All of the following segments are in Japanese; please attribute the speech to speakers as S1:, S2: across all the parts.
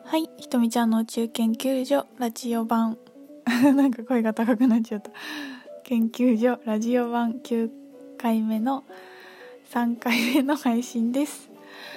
S1: はい、ひとみちゃんの宇宙研究所ラジオ版なんか声が高くなっちゃった。研究所ラジオ版9回目の3回目の配信です。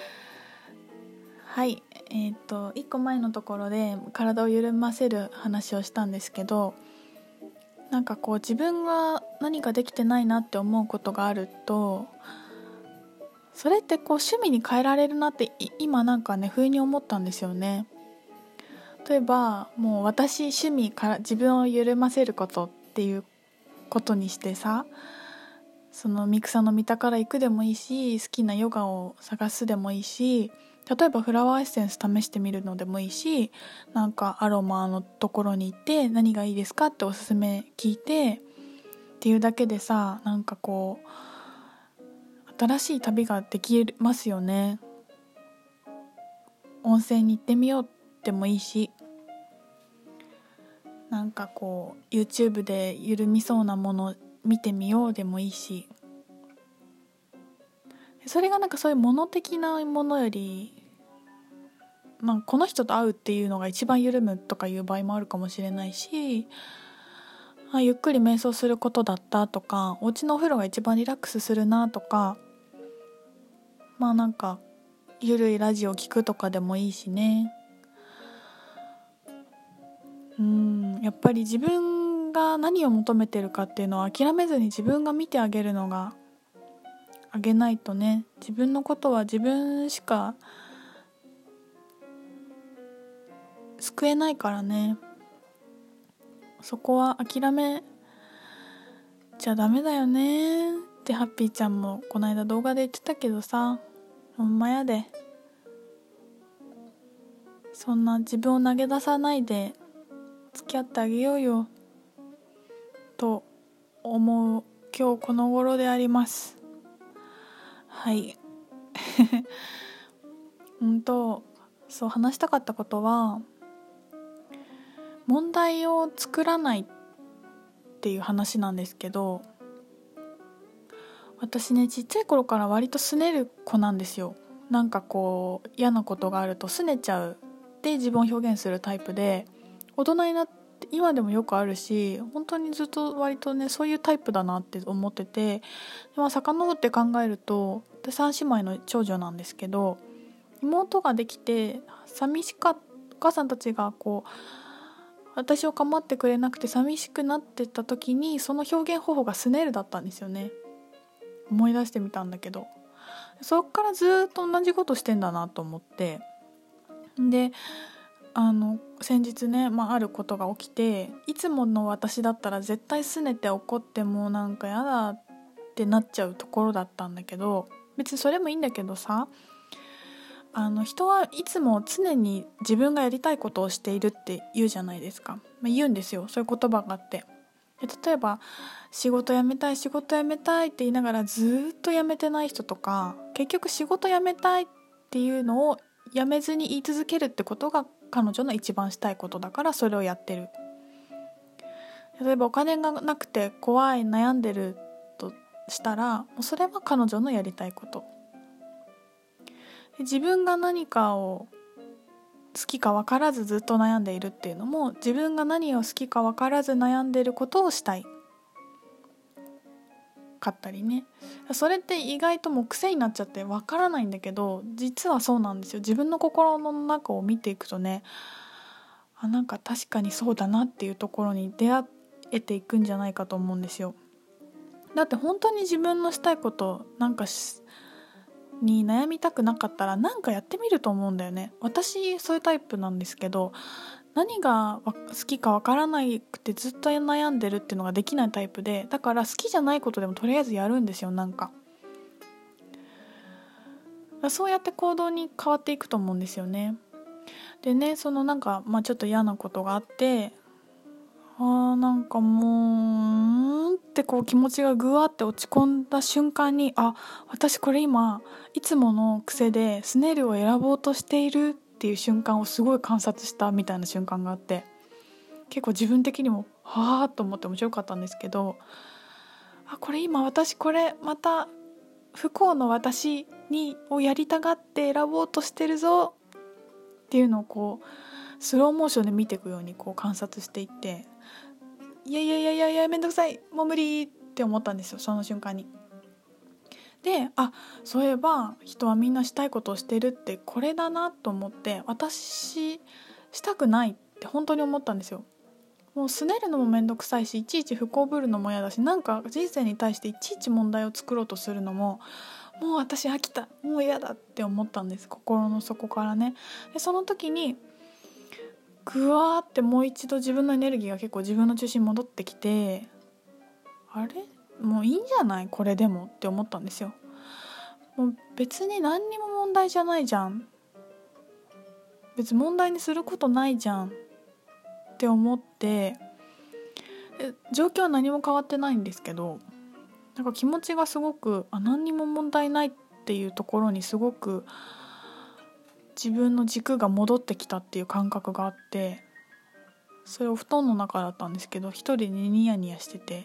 S1: はい、1個前のところで体を緩ませる話をしたんですけど、なんかこう自分が何かできてないなって思うことがあると、それってこう趣味に変えられるなって今なんかね不意に思ったんですよね。例えばもう趣味から自分を緩ませることっていうことにしてさ、そのミクサの三田から行くでもいいし、好きなヨガを探すでもいいし、例えばフラワーエッセンス試してみるのでもいいし、なんかアロマのところに行って何がいいですかっておすすめ聞いてっていうだけでさ、なんかこう新しい旅ができますよね。温泉に行ってみようでもいいし、なんかこう YouTube で緩みそうなもの見てみようでもいいし、それがなんかそういう物的なものより、まあ、この人と会うっていうのが一番緩むとかいう場合もあるかもしれないし、ゆっくり瞑想することだったとか、お家のお風呂が一番リラックスするなとか、まあなんかゆるいラジオ聞くとかでもいいしね。やっぱり自分が何を求めてるかっていうのは諦めずに自分が見てあげるのが、あげないとね、自分のことは自分しか救えないからね。そこは諦めちゃダメだよねってハッピーちゃんもこの間動画で言ってたけどさ、ほんまやで。そんな自分を投げ出さないで付き合ってあげようよと思う今日この頃であります。はいそう話したかったことは、問題を作らないっていう話なんですけど、私ね、ちっちゃい頃から割と拗ねる子なんですよ。なんかこう嫌なことがあると拗ねちゃうで自分を表現するタイプで、大人になって今でもよくあるし、本当にずっと割とねそういうタイプだなって思ってて、でも遡って考えると、私3姉妹の長女なんですけど、妹ができて寂しかった、お母さんたちがこう私を構ってくれなくて寂しくなってた時に、その表現方法がスネルだったんですよね。思い出してみたんだけど、そっからずっと同じことしてんだなと思って、で先日ね、あることが起きて、いつもの私だったら絶対拗ねて怒ってもなんかやだってなっちゃうところだったんだけど、別にそれもいいんだけどさ、人はいつも常に自分がやりたいことをしているって言うじゃないですか、言うんですよ、そういう言葉があって。で例えば仕事辞めたいって言いながらずっと辞めてない人とか、結局仕事辞めたいっていうのを辞めずに言い続けるってことが彼女の一番したいことだからそれをやってる。例えばお金がなくて怖い悩んでるとしたら、もうそれは彼女のやりたいこと。自分が何かを好きか分からずずっと悩んでいるっていうのも、自分が何を好きか分からず悩んでいることをしたいかったりね。それって意外ともう癖になっちゃって分からないんだけど、実はそうなんですよ。自分の心の中を見ていくとね、なんか確かにそうだなっていうところに出会えていくんじゃないかと思うんですよ。だって本当に自分のしたいことに悩みたくなかったらなんかやってみると思うんだよね。私そういうタイプなんですけど、何が好きかわからなくてずっと悩んでるっていうのができないタイプで、だから好きじゃないことでもとりあえずやるんですよ。なんかそうやって行動に変わっていくと思うんですよね。でね、そのなんか、ちょっと嫌なことがあって、なんかもうってこう気持ちがぐわって落ち込んだ瞬間に、私これ今いつもの癖でスネルを選ぼうとしているっていう瞬間をすごい観察したみたいな瞬間があって、結構自分的にもはーっと思って面白かったんですけど、これ今私これまた不幸の私をやりたがって選ぼうとしてるぞっっていうのをこうスローモーションで見ていくようにこう観察していって、いやめんどくさい、もう無理って思ったんですよ、その瞬間に。で、そういえば人はみんなしたいことをしてるってこれだなと思って、私したくないって本当に思ったんですよ。もう拗ねるのもめんどくさいし、いちいち不幸ぶるのも嫌だし、なんか人生に対していちいち問題を作ろうとするのももう私飽きた、もう嫌だって思ったんです、心の底からね。でその時にぐわーってもう一度自分のエネルギーが結構自分の中心に戻ってきて、あれもういいんじゃないこれでもって思ったんですよ。もう別に何にも問題じゃないじゃん、別に問題にすることないじゃんって思って、状況は何も変わってないんですけど、なんか気持ちがすごく何にも問題ないっていうところにすごく自分の軸が戻ってきたっていう感覚があって、それお布団の中だったんですけど、一人でニヤニヤしてて、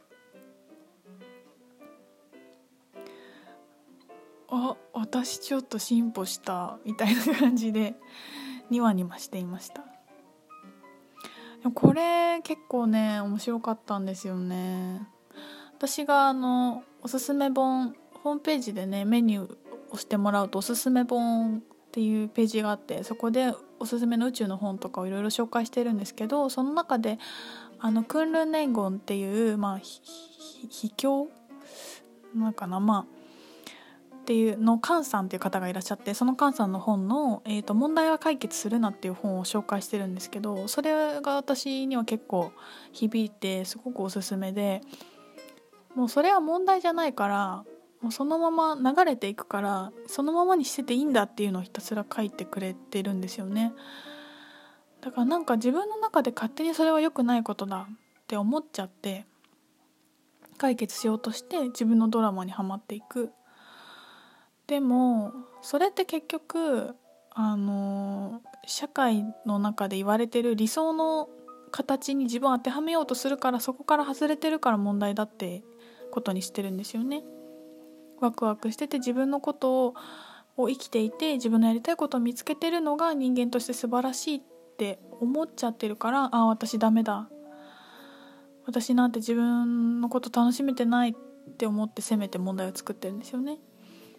S1: 私ちょっと進歩したみたいな感じでニワニワしていました。でもこれ結構ね面白かったんですよね。私がおすすめ本、ホームページでねメニューを押してもらうとおすすめ本っていうページがあって、そこでおすすめの宇宙の本とかをいろいろ紹介してるんですけど、その中でクンルン年言っていう、秘境なんかな、っていうのカンさんっていう方がいらっしゃって、そのカンさんの本の、問題は解決するなっていう本を紹介してるんですけど、それが私には結構響いてすごくおすすめで、もうそれは問題じゃないから、もうそのまま流れていくからそのままにしてていいんだっていうのをひたすら書いてくれてるんですよね。だからなんか自分の中で勝手にそれは良くないことだって思っちゃって解決しようとして自分のドラマにはまっていく。でもそれって結局社会の中で言われてる理想の形に自分を当てはめようとするから、そこから外れてるから問題だってことにしてるんですよね。ワクワクしてて自分のことを生きていて自分のやりたいことを見つけてるのが人間として素晴らしいって思っちゃってるから、私ダメだ、私なんて自分のこと楽しめてないって思って責めて問題を作ってるんですよね。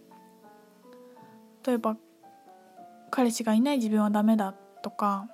S1: 例えば彼氏がいない自分はダメだとか、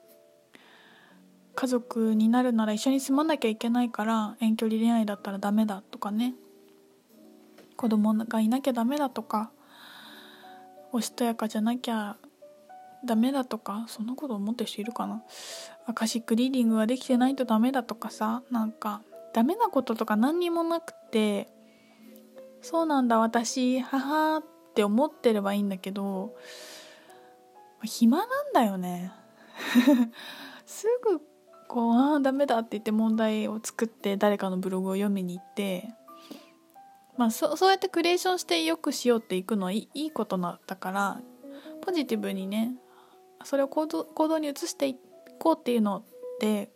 S1: 家族になるなら一緒に住まなきゃいけないから遠距離恋愛だったらダメだとかね、子供がいなきゃダメだとか、おしとやかじゃなきゃダメだとか、そんなこと思ってる人いるかな。アカシックリーディングができてないとダメだとかさ、なんかダメなこととか何にもなくて、そうなんだ私母って思ってればいいんだけど、暇なんだよねすぐこうダメだって言って問題を作って誰かのブログを読みに行って、そうやってクリエーションしてよくしようっていくのはいいことだからポジティブにね、それを行動に移していこうっていうので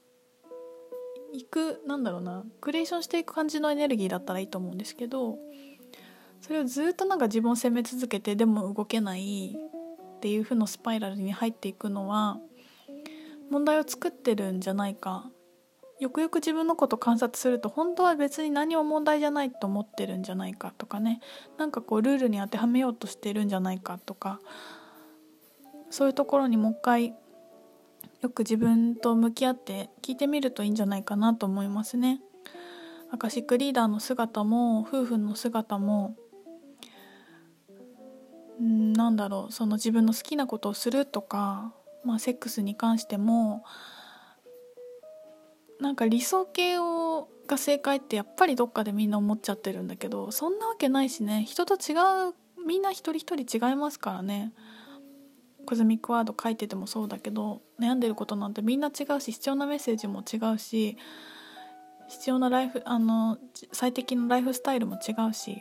S1: クリエーションしていく感じのエネルギーだったらいいと思うんですけど、それをずっとなんか自分を責め続けてでも動けないっていう風のスパイラルに入っていくのは問題を作ってるんじゃないか。よくよく自分のこと観察すると本当は別に何も問題じゃないと思ってるんじゃないかとかね、なんかこうルールに当てはめようとしてるんじゃないかとか、そういうところにもう一回よく自分と向き合って聞いてみるといいんじゃないかなと思いますね。アカシックリーダーの姿も夫婦の姿もその自分の好きなことをするとか、セックスに関してもなんか理想形が正解ってやっぱりどっかでみんな思っちゃってるんだけど、そんなわけないしね、人と違う、みんな一人一人違いますからね。コズミックワード書いててもそうだけど、悩んでることなんてみんな違うし、必要なメッセージも違うし、必要な最適なライフスタイルも違うし、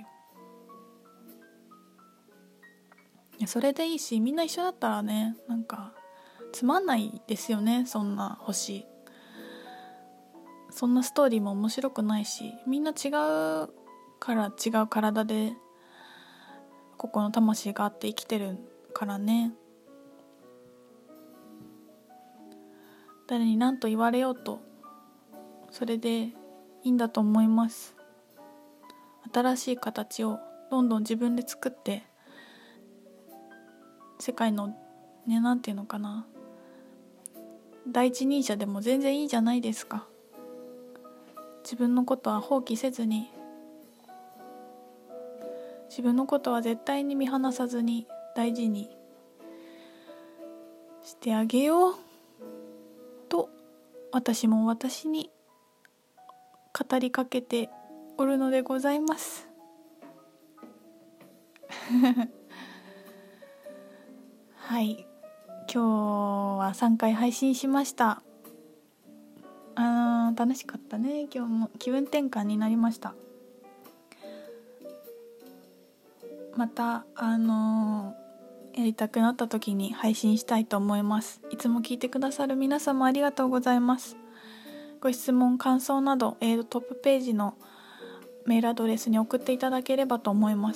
S1: それでいいし、みんな一緒だったらね、なんかつまんないですよね。そんな星、そんなストーリーも面白くないし、みんな違うから違う体でここの魂があって生きてるからね。 誰に何と言われようとそれでいいんだと思います。新しい形をどんどん自分で作って世界のね、なんていうのかな、第一人者でも全然いいじゃないですか。自分のことは放棄せずに、自分のことは絶対に見放さずに大事にしてあげようと、私も私に語りかけておるのでございますはい、今日は3回配信しました。楽しかったね。今日も気分転換になりました。またやりたくなった時に配信したいと思います。いつも聞いてくださる皆様ありがとうございます。ご質問感想など、トップページのメールアドレスに送っていただければと思います。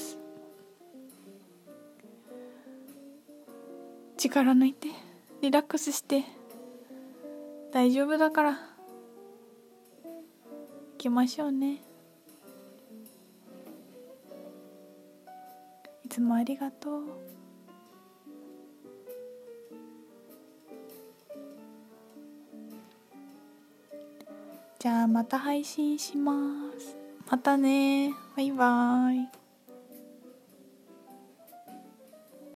S1: 力抜いてリラックスして大丈夫だから行きましょうね。いつもありがとう。じゃあまた配信します。またね。バイバイ。